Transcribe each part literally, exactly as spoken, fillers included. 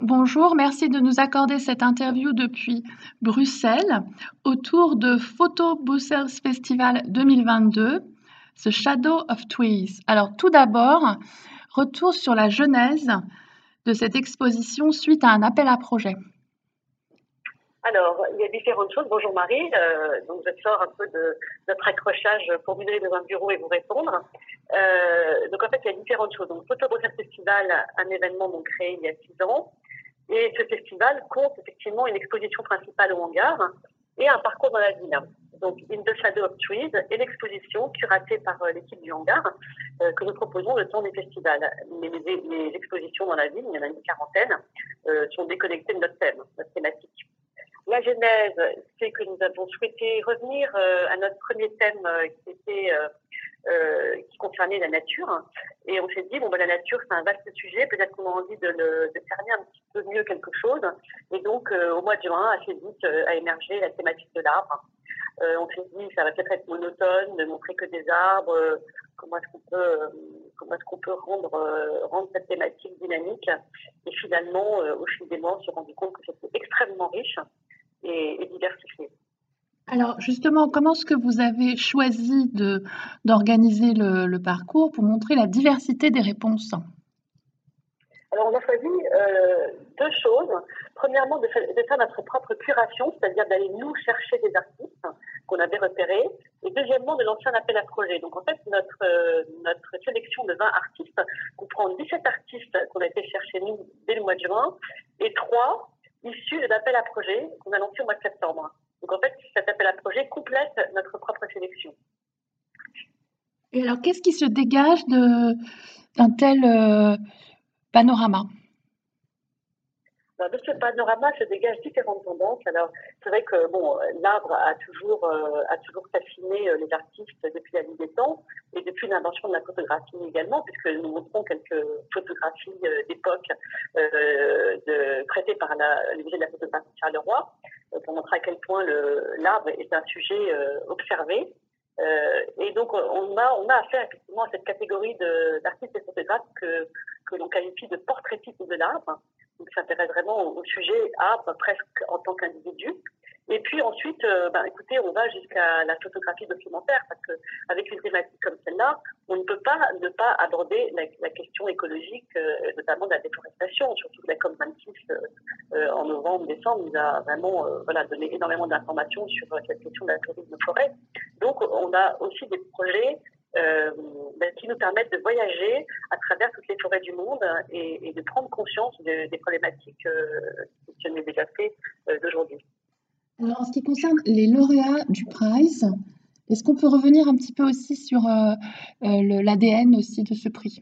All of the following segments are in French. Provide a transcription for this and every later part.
Bonjour, merci de nous accorder cette interview depuis Bruxelles autour de Photo Brussels Festival deux mille vingt-deux, The Shadow of Trees. Alors tout d'abord, retour sur la genèse de cette exposition suite à un appel à projet. Alors, il y a différentes choses. Bonjour Marie, euh, donc je sors un peu de notre accrochage pour vous donner dans un bureau et vous répondre. Euh, donc en fait, il y a différentes choses. Donc, Photo Bruxelles Festival, un événement donc, créé il y a six ans. Et ce festival compte effectivement une exposition principale au hangar et un parcours dans la ville. Donc, In the Shadow of Trees et l'exposition curatée par euh, l'équipe du hangar euh, que nous proposons le temps des festivals. Les, les, les expositions dans la ville, il y en a une quarantaine, euh, sont déconnectées de notre thème, notre thématique. La genèse, c'est que nous avons souhaité revenir euh, à notre premier thème euh, qui était euh, euh, qui concernait la nature. Et on s'est dit, bon, ben, la nature, c'est un vaste sujet, peut-être qu'on a envie de, le, de cerner un petit peu mieux quelque chose. Et donc, euh, au mois de juin, assez vite, euh, a émergé la thématique de l'arbre. Euh, on s'est dit, ça va peut-être être monotone, de montrer que des arbres. Euh, comment est-ce qu'on peut, euh, comment est-ce qu'on peut rendre, euh, rendre cette thématique dynamique. Et finalement, euh, au fil des mois, on s'est rendu compte que c'était extrêmement riche et, et diversifié. Alors justement, comment est-ce que vous avez choisi de, d'organiser le, le parcours pour montrer la diversité des réponses? Alors, on a choisi euh, deux choses. Premièrement, de faire, de faire notre propre curation, c'est-à-dire d'aller nous chercher des artistes qu'on avait repérés. Et deuxièmement, de lancer un appel à projet. Donc, en fait, notre, euh, notre sélection de vingt artistes comprend dix-sept artistes qu'on a été chercher, nous, dès le mois de juin, et trois issus de l'appel à projet qu'on a lancé au mois de septembre. Donc, en fait, cet appel à projet complète notre propre sélection. Et alors, qu'est-ce qui se dégage de, d'un tel euh, panorama? De ce panorama se dégagent différentes tendances. Alors, c'est vrai que bon, l'arbre a toujours, euh, a toujours fasciné euh, les artistes depuis la nuit des temps et depuis l'invention de la photographie également, puisque nous montrons quelques photographies euh, d'époque euh, de, traitées par la, le musée de la photographie Charleroi, euh, pour montrer à quel point le, l'arbre est un sujet euh, observé. Euh, et donc, on a, on a affaire effectivement à cette catégorie de, d'artistes et photographes que, que l'on qualifie de portraitistes de l'arbre. Donc, ça s'intéresse vraiment au sujet arbre presque en tant qu'individu. Et puis ensuite, euh, ben, écoutez, on va jusqu'à la photographie documentaire parce qu'avec une thématique comme celle-là, on ne peut pas ne pas aborder la, la question écologique, euh, notamment de la déforestation. Surtout que la COP vingt-six euh, euh, en novembre, décembre, nous a vraiment euh, voilà, donné énormément d'informations sur euh, cette question de la tourisme forêt. Donc, on a aussi des projets Euh, ben, qui nous permettent de voyager à travers toutes les forêts du monde et, et de prendre conscience de, des problématiques euh, qui sont déjà faites euh, d'aujourd'hui. Alors, en ce qui concerne les lauréats du Prize, est-ce qu'on peut revenir un petit peu aussi sur euh, euh, le, l'A D N aussi de ce prix?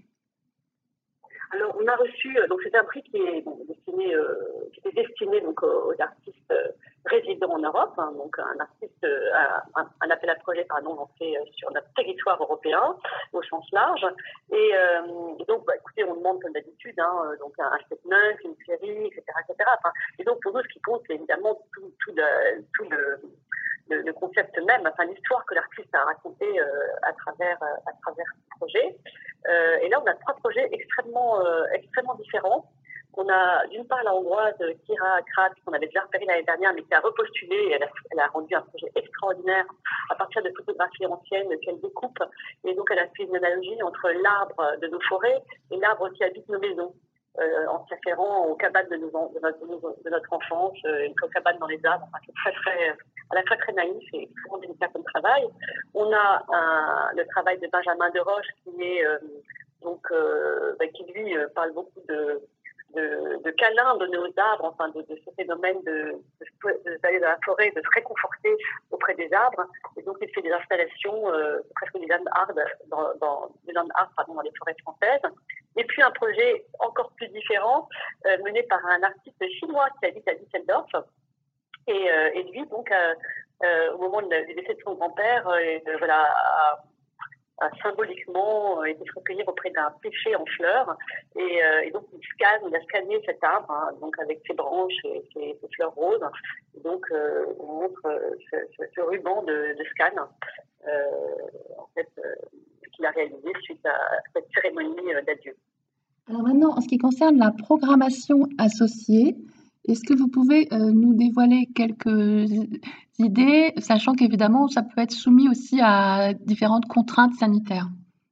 Alors, on a reçu, donc c'est un prix qui est bon, destiné, euh, qui était destiné donc aux, aux artistes euh, résidents en Europe, hein, donc un artiste, euh, un, un, appel à projet pardon lancé sur notre territoire européen au sens large. Et, euh, et donc, bah, écoutez, on demande comme d'habitude, hein, donc un statement, une série, et cetera, et cetera. Enfin, et donc pour nous, ce qui compte, c'est évidemment tout, tout, le, tout le Le, le, concept même, enfin l'histoire que l'artiste a racontée euh, à travers euh, à travers ce projet. Euh, et là, on a trois projets extrêmement euh, extrêmement différents. On a d'une part la hongroise Kira Krat, qu'on avait déjà repérée l'année dernière, mais qui a repostulé. Et elle, a, elle a rendu un projet extraordinaire à partir de photographies anciennes qu'elle découpe. Et donc, elle a fait une analogie entre l'arbre de nos forêts et l'arbre qui habite nos maisons. Euh, en s'afférant aux cabanes de, nos, de, notre, de notre enfance, euh, une cabane dans les arbres, enfin, c'est très, très, à la fois très naïf et extrêmement délicat comme travail. On a un, le travail de Benjamin Deroche qui est euh, donc euh, bah, qui lui euh, parle beaucoup de, de, de câlins de nos arbres, enfin de, de ce phénomène de, de, d'aller dans la forêt, de se réconforter auprès des arbres. Et donc il fait des installations euh, presque des land art dans, dans, des land art, pardon, dans les forêts françaises. Et puis un projet encore plus différent euh, mené par un artiste chinois qui habite à Düsseldorf. Et, euh, et lui, donc, euh, euh, au moment du décès de son grand-père, euh, voilà, a, a symboliquement été se recueillir auprès d'un pêcher en fleurs. Et, euh, et donc, il scanne, il a scanné cet arbre, hein, donc avec ses branches et ses, ses fleurs roses. Et donc, euh, on montre euh, ce, ce, ce ruban de, de scan, euh, en fait, euh, qu'il a réalisé suite à cette cérémonie d'adieu. Alors maintenant, en ce qui concerne la programmation associée, est-ce que vous pouvez euh, nous dévoiler quelques idées, sachant qu'évidemment, ça peut être soumis aussi à différentes contraintes sanitaires?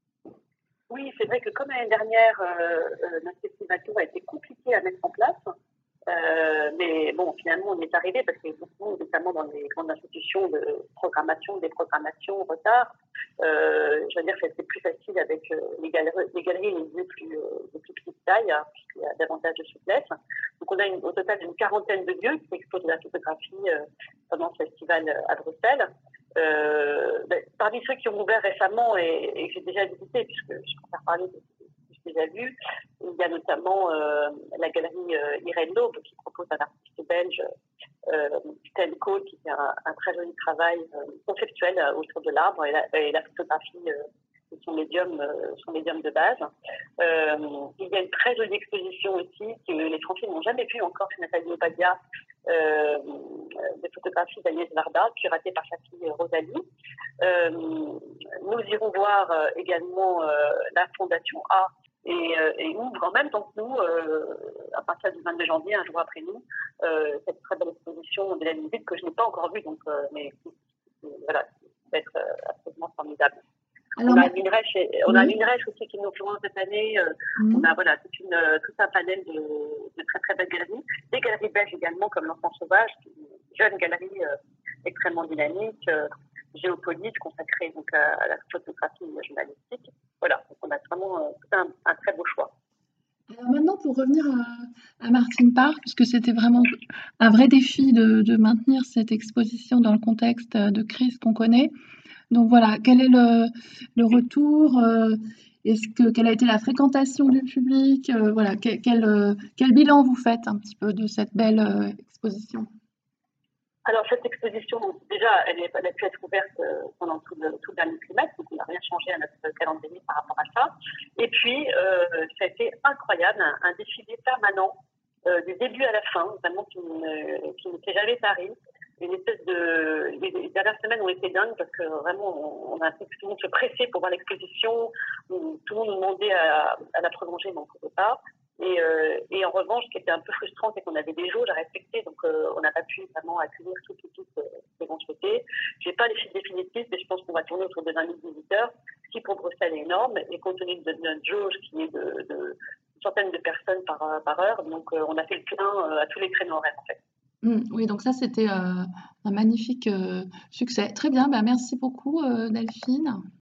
Oui, c'est vrai que comme l'année dernière, euh, euh, notre festival tour a été compliqué à mettre en place, euh, mais bon, finalement, on y est arrivé parce qu'il y a beaucoup, notamment dans les grandes institutions de programmation, des programmations, retard. Euh, je veux dire, c'était plus facile avec euh, les galeries, les galeries les lieux plus, euh, de plus petite taille, hein, puisqu'il y a davantage de souplesse. Donc, on a une, au total une quarantaine de lieux qui exposent de la photographie euh, pendant ce festival à Bruxelles. Euh, ben, parmi ceux qui ont ouvert récemment et, et que j'ai déjà visité, puisque je préfère parler de ce que j'ai déjà vu, il y a notamment euh, la galerie euh, Irène Laube qui propose un artiste belge, euh, Stan Cole, qui fait un, un très joli travail euh, conceptuel euh, autour de l'arbre et la, et la photographie euh, de son médium, euh, son médium de base. Euh, il y a une très jolie exposition aussi que les Français n'ont jamais vue encore chez Nathalie Obadia, euh, de photographie d'Agnès Varda, curatée par sa fille Rosalie. Euh, nous irons voir euh, également euh, la Fondation A et, euh, et ouvre en même temps que nous, euh, à partir du vingt-deux janvier, un jour après nous, euh, cette très belle exposition de la musique que je n'ai pas encore vue, donc, euh, mais qui, qui, voilà, qui va être euh, absolument formidable. Alors, On a ma- l'INRES, on a oui. l'INRES aussi qui nous rejoint cette année. Euh, on Mhm. a voilà toute une, tout un panel de, de très très belles galeries. Des galeries belges également comme l'Enfant Sauvage, une jeune galerie euh, extrêmement dynamique, euh, géopolite consacrée donc à, à la photographie journalistique. Voilà, donc on a vraiment euh, tout un, un très beau choix. Alors maintenant, pour revenir à, à Martin Park, puisque c'était vraiment un vrai défi de, de maintenir cette exposition dans le contexte de crise qu'on connaît. Donc voilà, quel est le, le retour euh, est-ce que, quelle a été la fréquentation du public euh, voilà, quel, quel, euh, quel bilan vous faites un petit peu de cette belle euh, exposition? Alors, cette exposition, donc, déjà, elle, est, elle a pu être ouverte euh, pendant tout le, tout le dernier trimestre, donc on n'a rien changé à notre calendrier par rapport à ça. Et puis, euh, ça a été incroyable, un, un défilé permanent, euh, du début à la fin, vraiment qui ne, qui ne s'est jamais tari. Une espèce de. Les dernières semaines ont été dingues parce que vraiment, on, on a fait que tout le monde se pressait pour voir l'exposition, tout le monde nous demandait à, à la prolonger, mais on ne pouvait pas. Et, euh, et en revanche, ce qui était un peu frustrant, c'est qu'on avait des jauges à respecter, donc euh, on n'a pas pu vraiment accueillir tout, tout, tout euh, ce qu'on souhaitait. Je n'ai pas les chiffres définitifs, mais je pense qu'on va tourner autour de vingt mille visiteurs, ce qui pour Bruxelles est énorme, et compte tenu de notre jauge qui est de, de une centaine de personnes par, par heure, donc euh, on a fait le plein euh, à tous les créneaux horaires en fait. Mm, oui, donc ça c'était euh, un magnifique euh, succès. Très bien, bah, merci beaucoup euh, Delphine.